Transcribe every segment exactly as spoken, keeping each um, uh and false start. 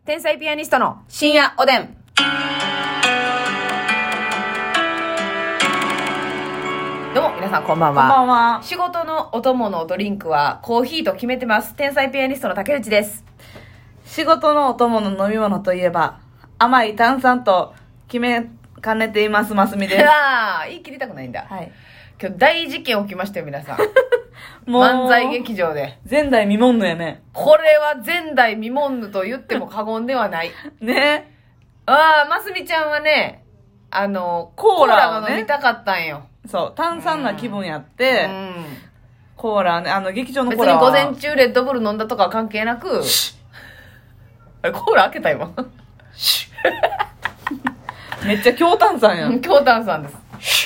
天才ピアニストの深夜おでん。どうも皆さんこんばんは。 こんばんは。 仕事のお供のドリンクはコーヒーと決めてます。天才ピアニストの竹内です。 仕事のお供の飲み物といえば甘い炭酸と決めかねていますますみです。 ああ、言い切りたくないんだ。 はい。 今日大事件起きましたよ皆さん。 もう漫才劇場で。 前代未聞のやね。 これは前代未聞と言っても過言ではない。 ね。 ああ、ますみちゃんはね、あのコーラをねコーラが飲みたかったんよ。 そう炭酸な気分やって、 うん、 コーラね、あの劇場の別コーラはに午前中レッドブル飲んだとかは関係なく、あれコーラ開けた今。 めっちゃ強炭酸やん。 強炭酸です。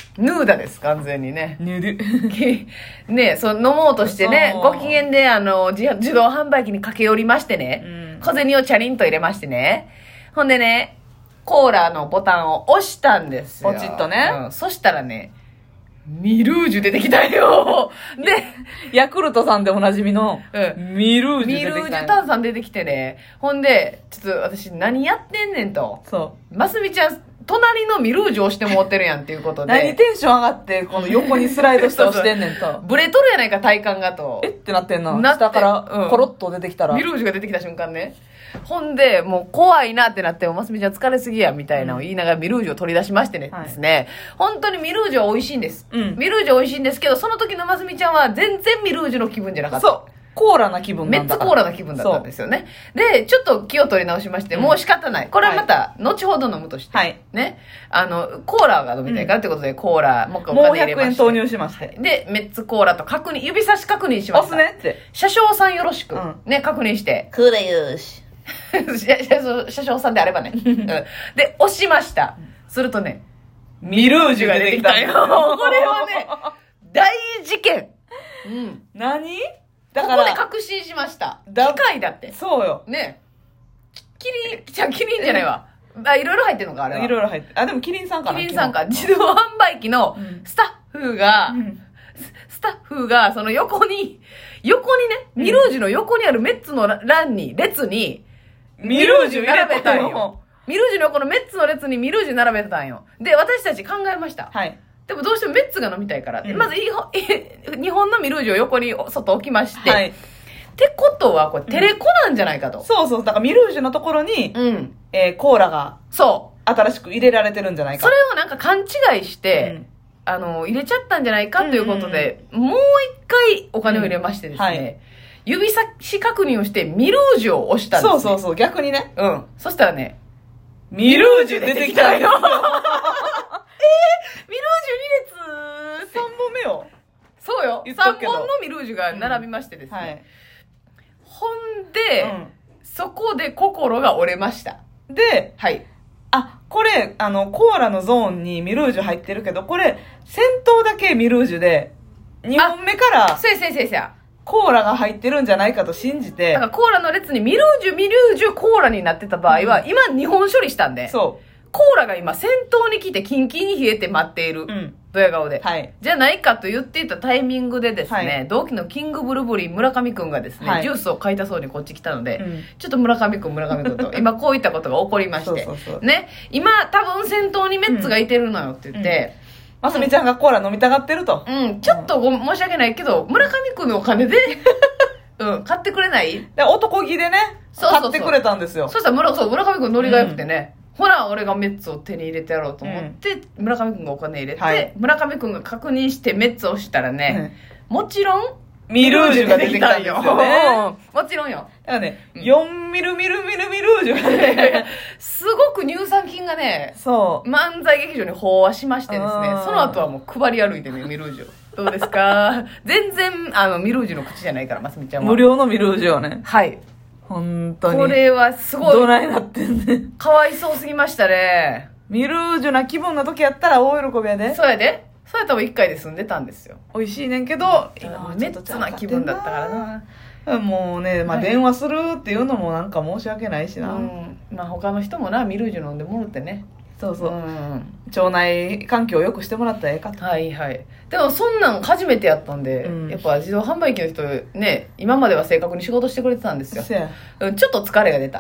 ヌーダです完全にね。 ぬる。 ね、そう飲もうとしてね、 そうご機嫌であの自自動販売機に駆け寄りましてね、 うん、 小銭をチャリンと入れましてね、ほんでねコーラのボタンを押したんですよ。 ポチッとね、 うん、そしたらねミルージュ出てきたよ。でヤクルトさんでおなじみの、 うん、 ミルージュミルージュ炭酸出てきてね、ほんでちょっと私何やってんねんと、 そうますみちゃん隣のミルージュ押してもってるやんっていうことで、 何テンション上がってこの横にスライドして押してんねんと。 ブレとるやないか体感がと。 えってなってんの。 なって下からうんコロッと出てきたら、 ミルージュが出てきた瞬間ね、ほんでもう怖いなってなって、ますみちゃん疲れすぎやみたいなのを言いながらミルージュを取り出しましてね、 はい、 ですね、本当にミルージュは美味しいんです、 うん、 ミルージュは美味しいんですけど、その時のますみちゃんは全然ミルージュの気分じゃなかった。 そうコーラな気分なんだから。 メッツコーラな気分だったんですよね。で、ちょっと気を取り直しまして、うん、もう仕方ない。これはまた、後ほど飲むとして。はい。ね。あの、コーラが飲みたいからってことで、うん、コーラ、もう一回お金入れまして。 もうひゃくえん投入しまして。 で、メッツコーラと確認、指差し確認しました。 押すねって。 車掌さんよろしく。うん、ね、確認して。 くれよし。 車掌さんであればね。うん、で、押しました。するとね、ミルージュが出てきたよ。これはね、大事件。 うん。何だからここで確信しました。機械だって。 そうよ。 ね。キリン、じゃあキリンじゃないわ。あ、いろいろ入ってるのかあれは。 いろいろ入ってる。あ、でもキリンさんかな。 キリンさんか。自動販売機のスタッフが、うん、スタッフが、その横に、横にね、ミルージュの横にあるメッツの欄に、列に、ミルージュ並べたんよ。ミルージュの横のメッツの列にミルージュ並べてたんよ。で、私たち考えました。はい。でもどうしてもメッツが飲みたいからって、うん、まず日本のミルージュを横に外置きまして、はい、ってことはこれテレコなんじゃないかと、 うん、そうそう、だからミルージュのところに、うんえー、コーラがそう新しく入れられてるんじゃないか、 それをなんか勘違いして、うん、あの入れちゃったんじゃないかということで、うんうんうん、もう一回お金を入れましてですね、うんはい、指差し確認をしてミルージュを押したんです、ね、 そうそうそう、逆にね、 うんそしたらねミルージュ出てきたよ。えー、ミルージュに列さんぼんめよ。そうよ。さんぼんのミルージュが並びましてですね。うんはい、ほんで、うん、そこで心が折れました。 で、はい。あ、これ、あの、コーラのゾーンにミルージュ入ってるけど、これ、先頭だけミルージュで、にほんめから、 そうやそうやそうや。 コーラが入ってるんじゃないかと信じて。 だからコーラの列にミルージュ、ミルージュ、コーラになってた場合は、うん、今にほん処理したんで。そう。コーラが今先頭に来てキンキンに冷えて待っている、うん、ドヤ顔で、はい、じゃないかと言っていたタイミングでですね、はい、同期のキングブルブリー村上くんがですね、はい、ジュースを買いたそうにこっち来たので、うん、ちょっと村上くん村上くんと今こういったことが起こりましてそうそうそうね、今多分先頭にメッツがいてるのよって言って、 うんうん、ますみちゃんがコーラ飲みたがってると、 うん、ちょっとご申し訳ないけど村上くんのお金でうん、買ってくれない？ で男気でねそうそうそう買ってくれたんですよ。 そしたら村、そう村上くんノリが良くてね、うん、ほら俺がメッツを手に入れてやろうと思って、うん、村上くんがお金入れて、はい、村上くんが確認してメッツを押したらね、うん、もちろんミルージュが出てきたんですよね。 もちろんよ。 だからね、うん、よんミルミルミルミルージュがねすごく乳酸菌がね、そう漫才劇場に飽和しましてですね、その後はもう配り歩いてねミルージュどうですか？全然あのミルージュの口じゃないからますみちゃんは無料のミルージュをね。 はい本当にこれはすごいどないなってんねかわいそうすぎましたね。 ミルージュな気分の時やったら大喜びやで。 そうやで、そうやったらいっかいで済んでたんですよ。 美味しいねんけど今はメッツな気分だったからな。もうね、まあ、電話するっていうのもなんか申し訳ないしな、 はい、うんまあ、他の人もなミルージュ飲んでもろってね、 そうそう、うん、腸内環境を良くしてもらったらええかと。 はいはい。でもそんなん初めてやったんで、うん、やっぱ自動販売機の人ね今までは正確に仕事してくれてたんですよ。うん、ちょっと疲れが出た。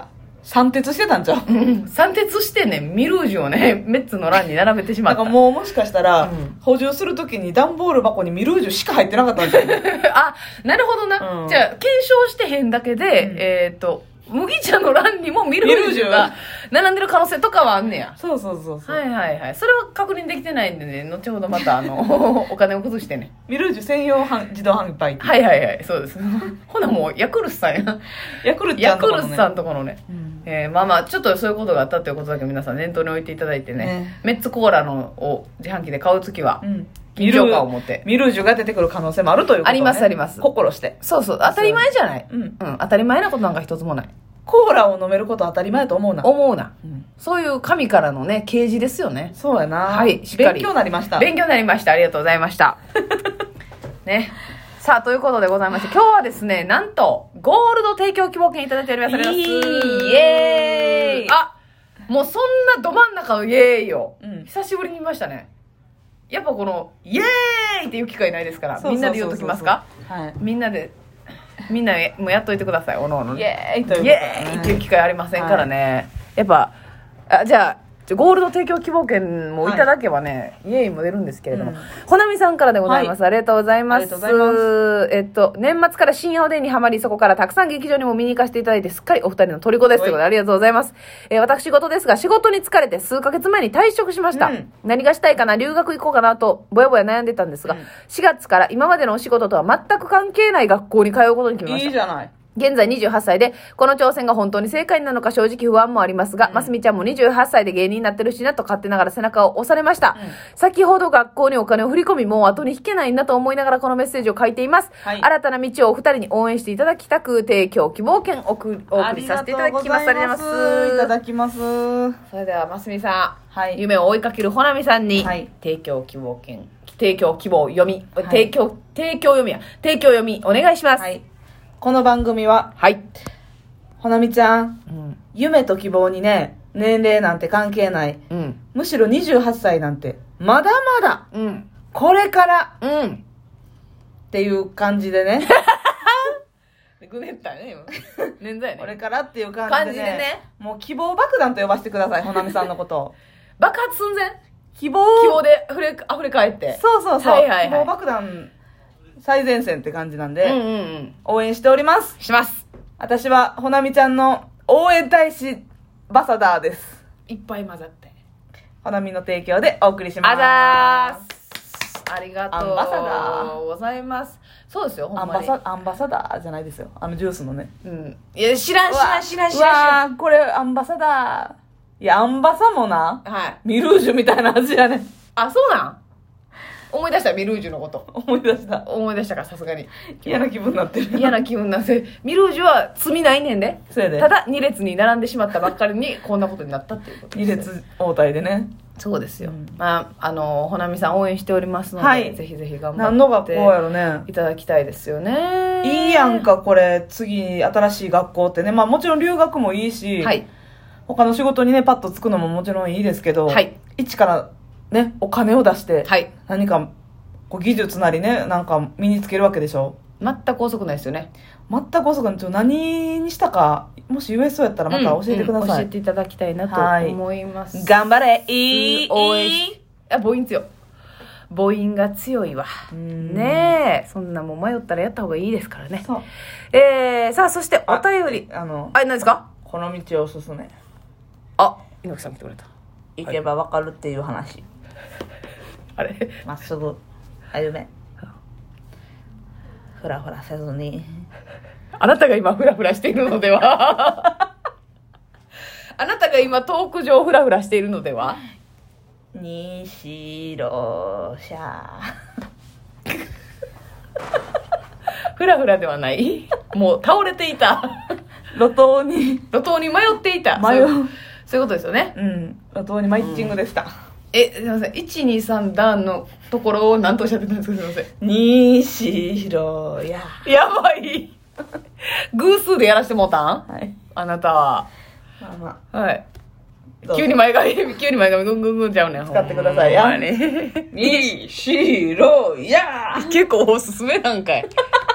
三徹してたんちゃう？ うん三徹してね、ミルージュをね、メッツの欄に並べてしまった。 なんかもうもしかしたら、 うん、 補充するときに段ボール箱にミルージュしか入ってなかったんじゃない？ あ、なるほどな。うん、じゃあ、検証してへんだけで、うん、えっ、ー、と、麦茶の欄にもミルージュが並んでる可能性とかはあんねや。 そうそうそうそう。 はいはいはい。それは確認できてないんでね、後ほどまたあの、お金を崩してね。 ミルージュ専用自動販売機。 はいはいはい、そうです。ほなもう、ヤクルスさんや。 ヤクルスさんとこのね。 ヤクルスさんとこのね。うん、えー、まあまあ、ちょっとそういうことがあったということだけ皆さん念頭に置いていただいてね。ねメッツコーラのを自販機で買うときは、うん緊張感を持ってミルージュが出てくる可能性もあるということ、ね、 ありますあります。 心して。 そうそう。当たり前じゃない。うん。うん。当たり前なことなんか一つもない。 コーラを飲めること当たり前と思うな。 思うな。うん、そういう神からのね、啓示ですよね。 そうやな。 はい。しっかり。 勉強になりました。 勉強になりました。ありがとうございました。ね。さあ、ということでございまして、今日はですね、なんと、ゴールド提供希望券いただいております。ありがとうございます。イエーイ。あ、もうそんなど真ん中のイエーイを、うん、久しぶりに見ましたね。やっぱこのイエーイっていう機会ないですから、みんなで言うときますか。はい、みんなでみんなもやっといてください。おのおの、ね、 イエーイというイエーイっていう機会ありませんからね、はい、やっぱあじゃあゴールド提供希望券もいただけばね、はい、イエーイも出るんですけれども、うん、ほなみさんからでございます、はい、ありがとうございます。ありがとうございます。えっと年末から深夜おでんにハマり、そこからたくさん劇場にも見に行かせていただいてすっかりお二人の虜ですということでありがとうございます。えー、私事ですが仕事に疲れて数ヶ月前に退職しました、うん、何がしたいかな、留学行こうかなとぼやぼや悩んでたんですが、うん、しがつから今までのお仕事とは全く関係ない学校に通うことに決めました。 いいじゃない。 現在にじゅうはっさいで、この挑戦が本当に正解なのか正直不安もありますが、うん、ますみちゃんもにじゅうはっさいで芸人になってるしなと勝手ながら背中を押されました。うん、先ほど学校にお金を振り込み、もう後に引けないなと思いながらこのメッセージを書いています。はい、新たな道をお二人に応援していただきたく、提供希望券をお送りさせていただきます。ありがとうございます。 いただきます。 それではますみさん、はい、夢を追いかけるほなみさんに、はい、提供希望券、提供希望読み、はい、提供、提供読みや、提供読みお願いします。はい、 この番組は、はい。ほなみちゃん、うん、夢と希望にね、年齢なんて関係ない。うん、むしろにじゅうはっさいなんて、まだまだ、うん、これから、うん、っていう感じでね。 ぐねったね、今。年代ね。 これからっていう感じでね。感じでね。もう希望爆弾と呼ばせてください、ほなみさんのことを。 爆発寸前希望。 希望で溢れ、溢れ返って。 そうそうそう。はいはいはい、希望爆弾。最前線って感じなんで、うんうんうん、応援しております。 します。 私はほなみちゃんの応援大使バサダーです。 いっぱい混ざって。 ほなみの提供でお送りします。 あざーす。ありがとうございます。そうですよ、ほんまに。 アンバサ、アンバサダーじゃないですよ。あのジュースのね。 うん。いや、知らん知らん知らん知らん。 うわー、これアンバサダー。いや、アンバサもな、はい、ミルージュみたいな味やね。 あ、そうなん？思い出した、ミルージュのこと。 思い出した。 思い出したから、さすがに。 嫌な気分になってる。 嫌な気分になって。ミルージュは罪ないねんで。 そうやで。 ただ、に列に並んでしまったばっかりに、こんなことになったっていうことです。 に列応対でね。 そうですよ。うん、まあ、あの、ほなみさん応援しておりますので、はい、ぜひぜひ頑張って。 何の学校やろね。 いただきたいですよね。 いいやんか、これ。次、新しい学校ってね。まあ、もちろん留学もいいし、はい、他の仕事にね、パッとつくのももちろんいいですけど、はい、一からね、お金を出して、はい、何か、こう技術なりね、なんか身につけるわけでしょ。 全く遅くないですよね。 全く遅くない。ちょっと何にしたか、もし言えそうやったらまた教えてください。 うんうん、教えていただきたいなと思います。 頑張れいい応援し、あ、母音強い。母音が強いわ。ねえ。そんなもん迷ったらやった方がいいですからね。そう。えー、さあ、そしてお便り。あ、あの、あれ何ですか？ この道をおすすめ。 あ、猪木さん来てくれた。 行けばわかるっていう話。 あれまっすぐ。歩め。ふらふらせずに。 あなたが今ふらふらしているのではあなたが今トーク上ふらふらしているのでは。 にしろしゃふらふらではない。もう倒れていた。 路頭に路頭に迷っていた。 迷う。 そういうことですよね。 うん。路頭にマイッチングでした。うん、 え、すいません。いちにさん段のところを何とおっしゃってたんですか？すいません。 にしろや。 やばい。偶数でやらせてもうたん？はい。あなたは。 まあまあ。 はい。急に前髪、急に前髪ぐんぐんぐんちゃうねん。 使ってくださいや。にしろや。 結構おすすめなんかい。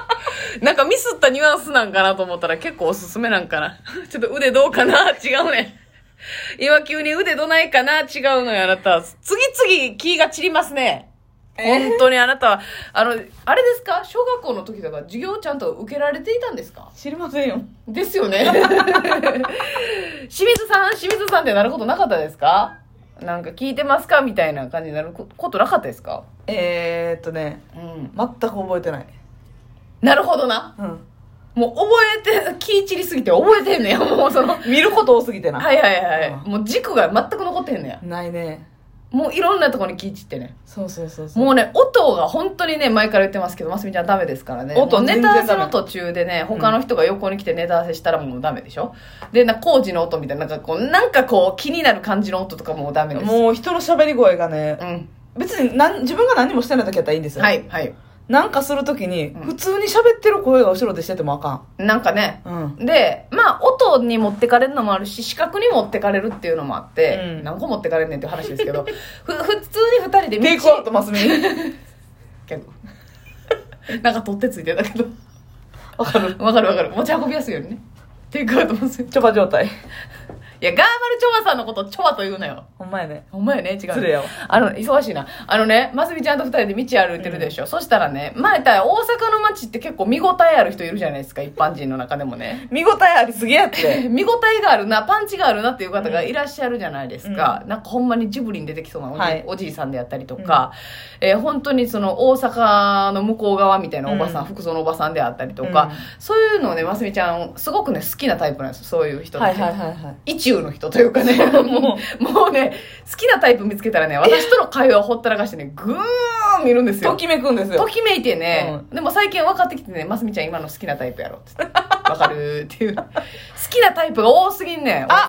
なんかミスったニュアンスなんかなと思ったら結構おすすめなんかな。ちょっと腕どうかな違うね。今急に腕どないかな違うのよ、あなた。次々気が散りますね。本当にあなたは、あの、あれですか小学校の時とか授業ちゃんと受けられていたんですか？ 知りませんよ。 ですよね。清水さん、清水さんってなることなかったですか？なんか聞いてますかみたいな感じになることなかったですか？ えーっとね、うん、全く覚えてない。 なるほどな。うん。もう覚えて、気散りすぎて覚えてんねや。もうその。 見ること多すぎてな。 はいはいはい。うん、もう軸が全く残ってんねや。 ないね。 もういろんなところに気散ってね。 そうそうそうそう。 もうね、音が本当にね、前から言ってますけど、ますみちゃんダメですからね。音ネタ合わせの途中でね、他の人が横に来てネタ合わせしたらもうダメでしょ。うん、で、な、工事の音みたいな、なんかこう、なんかこう、気になる感じの音とかもうダメです。 もう人の喋り声がね、うん、別に何自分が何もしてない時やったらいいんですよ。 はい、はい。 なんかするときに、普通に喋ってる声が後ろでしててもあかん。なんかね。うん、で、まあ、音に持ってかれるのもあるし、視覚に持ってかれるっていうのもあって、うん、何個持ってかれんねんっていう話ですけど、ふ、普通に二人で道。 テイクアウトマスミ。 けど。なんか取ってついてたけど。 わかるわかるわかる。持ち運びやすいようにね。テイクアウトマスミ。 ちょば状態。 いや、ガーマルチョバさんのことチョバと言うなよ。 ほんまやね。 ほんまやね。違う。 失礼やわ。 あの、忙しいな。あのね、ますみちゃんと二人で道歩いてるでしょ。うん、そしたらね、前言ったら大阪の街って結構見応えある人いるじゃないですか。一般人の中でもね。 見応えありすぎやって。 見応えがあるな、パンチがあるなっていう方がいらっしゃるじゃないですか。うん、なんかほんまにジブリに出てきそうなおじ、はい、おじいさんであったりとか、うん、えー、本当にその大阪の向こう側みたいなおばさん、うん、服装のおばさんであったりとか、うん、そういうのをね、ますみちゃん、すごくね、好きなタイプなんですよ。そういう人って。はいはいはいはい。意中の人というかね。もう、もうね、好きなタイプ見つけたらね、私との会話をほったらかしてね、ぐーん見るんですよ。 ときめくんですよ。 ときめいてね、うん、でも最近分かってきてね、ますみちゃん今の好きなタイプやろって。わかるっていう。好きなタイプが多すぎんねん、大